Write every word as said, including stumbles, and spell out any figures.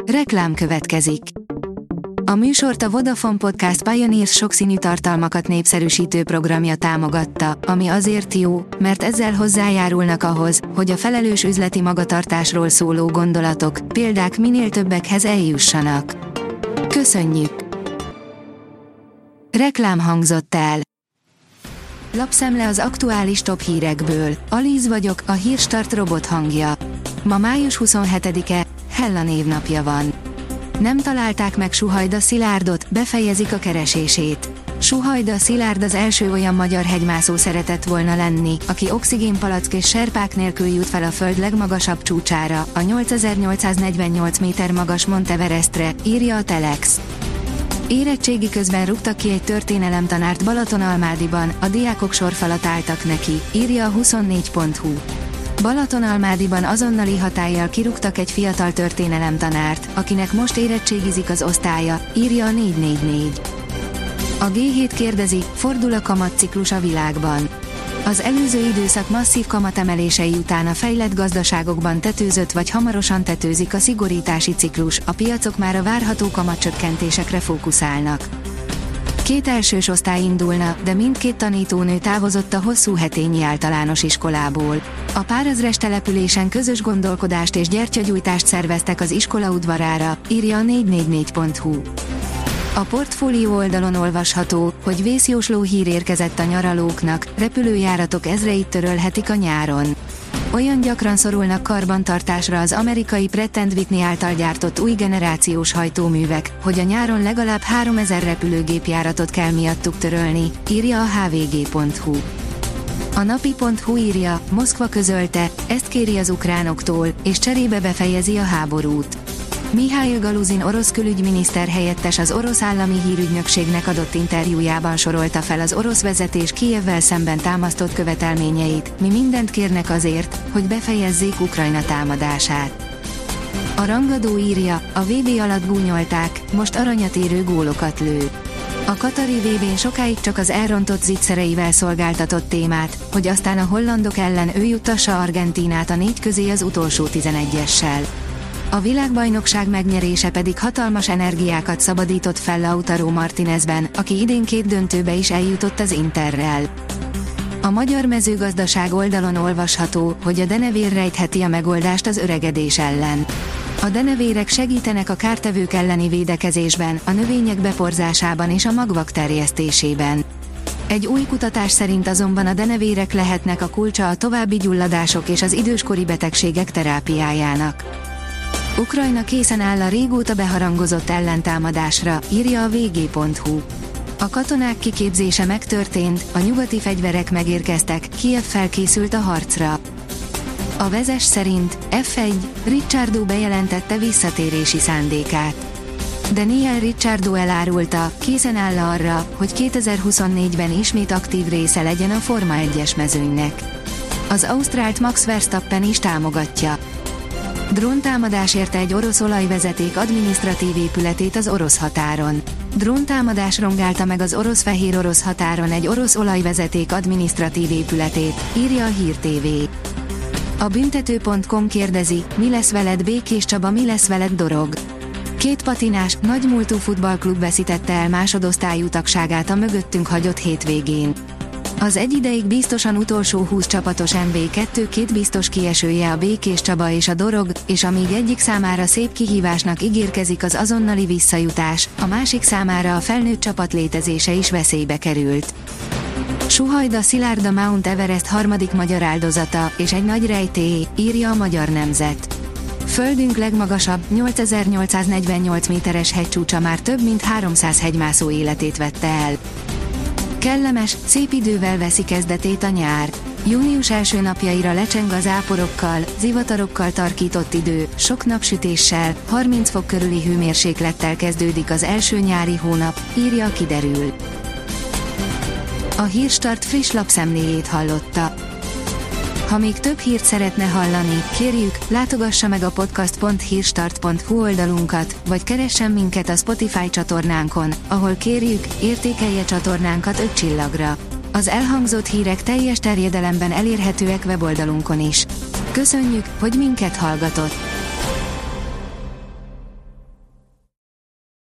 Reklám következik. A műsort a Vodafone Podcast Pioneers sokszínű tartalmakat népszerűsítő programja támogatta, ami azért jó, mert ezzel hozzájárulnak ahhoz, hogy a felelős üzleti magatartásról szóló gondolatok, példák minél többekhez eljussanak. Köszönjük! Reklám hangzott el. Lapszemle az aktuális top hírekből. Alíz vagyok, a Hírstart robot hangja. Ma május huszonhetedike, Hella névnapja van. Nem találták meg Suhajda Szilárdot, befejezik a keresését. Suhajda Szilárd az első olyan magyar hegymászó szeretett volna lenni, aki oxigénpalack és serpák nélkül jut fel a föld legmagasabb csúcsára, a nyolcezer-nyolcszáznegyvennyolc méter magas Monteverestre, írja a Telex. Érettségi közben rúgtak ki egy történelemtanárt Balatonalmádiban, a diákok sorfalat álltak neki, írja a huszonnégy pont hu. Balatonalmádiban azonnali hatállyal kirúgtak egy fiatal történelemtanárt, akinek most érettségizik az osztálya, írja a négy négy négy. A gé hét kérdezi, fordul a kamatciklus a világban. Az előző időszak masszív kamatemelései után a fejlett gazdaságokban tetőzött vagy hamarosan tetőzik a szigorítási ciklus, a piacok már a várható kamatcsökkentésekre fókuszálnak. Két elsős osztály indulna, de mindkét tanítónő távozott a Hosszú Hetényi Általános Iskolából. A párezres településen közös gondolkodást és gyertyagyújtást szerveztek az iskola udvarára, írja a négy négy négy pont hu. A portfólió oldalon olvasható, hogy vészjósló hír érkezett a nyaralóknak, repülőjáratok ezreit törölhetik a nyáron. Olyan gyakran szorulnak karbantartásra az amerikai Pratt and Whitney által gyártott új generációs hajtóművek, hogy a nyáron legalább háromezer repülőgépjáratot kell miattuk törölni, írja a há vé gé pont hu. A napi pont hu írja, Moszkva közölte, ezt kéri az ukránoktól, és cserébe befejezi a háborút. Mihály Galuzin orosz külügyminiszter helyettes az orosz állami hírügynökségnek adott interjújában sorolta fel az orosz vezetés Kijevvel szemben támasztott követelményeit, mi mindent kérnek azért, hogy befejezzék Ukrajna támadását. A rangadó írja, a vé bé alatt gúnyolták, most aranyat érő gólokat lő. A katari vé bén sokáig csak az elrontott zicsereivel szolgáltatott témát, hogy aztán a hollandok ellen ő juttassa Argentínát a négy közé az utolsó tizenegyessel. A világbajnokság megnyerése pedig hatalmas energiákat szabadított fel Lautaro Martinezben, aki idén két döntőbe is eljutott az Interrel. A magyar mezőgazdaság oldalon olvasható, hogy a denevér rejtheti a megoldást az öregedés ellen. A denevérek segítenek a kártevők elleni védekezésben, a növények beporzásában és a magvak terjesztésében. Egy új kutatás szerint azonban a denevérek lehetnek a kulcsa a további gyulladások és az időskori betegségek terápiájának. Ukrajna készen áll a régóta beharangozott ellentámadásra, írja a vé gé pont hu. A katonák kiképzése megtörtént, a nyugati fegyverek megérkeztek, Kijev felkészült a harcra. A Vezes szerint ef egy, Ricciardo bejelentette visszatérési szándékát. Daniel Ricciardo elárulta, készen áll arra, hogy kétezer-huszonnégyben ismét aktív része legyen a Forma egyes mezőnynek. Az ausztrált Max Verstappen is támogatja. Dróntámadás érte egy orosz olajvezeték adminisztratív épületét az orosz határon. Dróntámadás rongálta meg az orosz-fehér-orosz határon egy orosz olajvezeték adminisztratív épületét, írja a Hír té vé. A büntető pont com kérdezi, mi lesz veled Békés Csaba, mi lesz veled Dorog. Két patinás, nagymúltú futballklub veszítette el másodosztályú tagságát a mögöttünk hagyott hétvégén. Az egyideig biztosan utolsó húsz csapatos em vé kettő két biztos kiesője a Békés Csaba és a Dorog, és amíg egyik számára szép kihívásnak ígérkezik az azonnali visszajutás, a másik számára a felnőtt csapat létezése is veszélybe került. Suhajda Szilárd a Mount Everest harmadik magyar áldozata, és egy nagy rejtély, írja a Magyar Nemzet. Földünk legmagasabb, nyolcezer-nyolcszáznegyvennyolc méteres hegycsúcsa már több mint háromszáz hegymászó életét vette el. Kellemes, szép idővel veszi kezdetét a nyár. Június első napjaira lecseng az záporokkal, zivatarokkal tarkított idő, sok napsütéssel, harminc fok körüli hőmérséklettel kezdődik az első nyári hónap, írja a Kiderül. A Hírstart friss lapszemléjét hallotta. Ha még több hírt szeretne hallani, kérjük, látogassa meg a podcast pont hírstart pont hu oldalunkat, vagy keressen minket a Spotify csatornánkon, ahol kérjük, értékelje csatornánkat öt csillagra. Az elhangzott hírek teljes terjedelemben elérhetőek weboldalunkon is. Köszönjük, hogy minket hallgatott!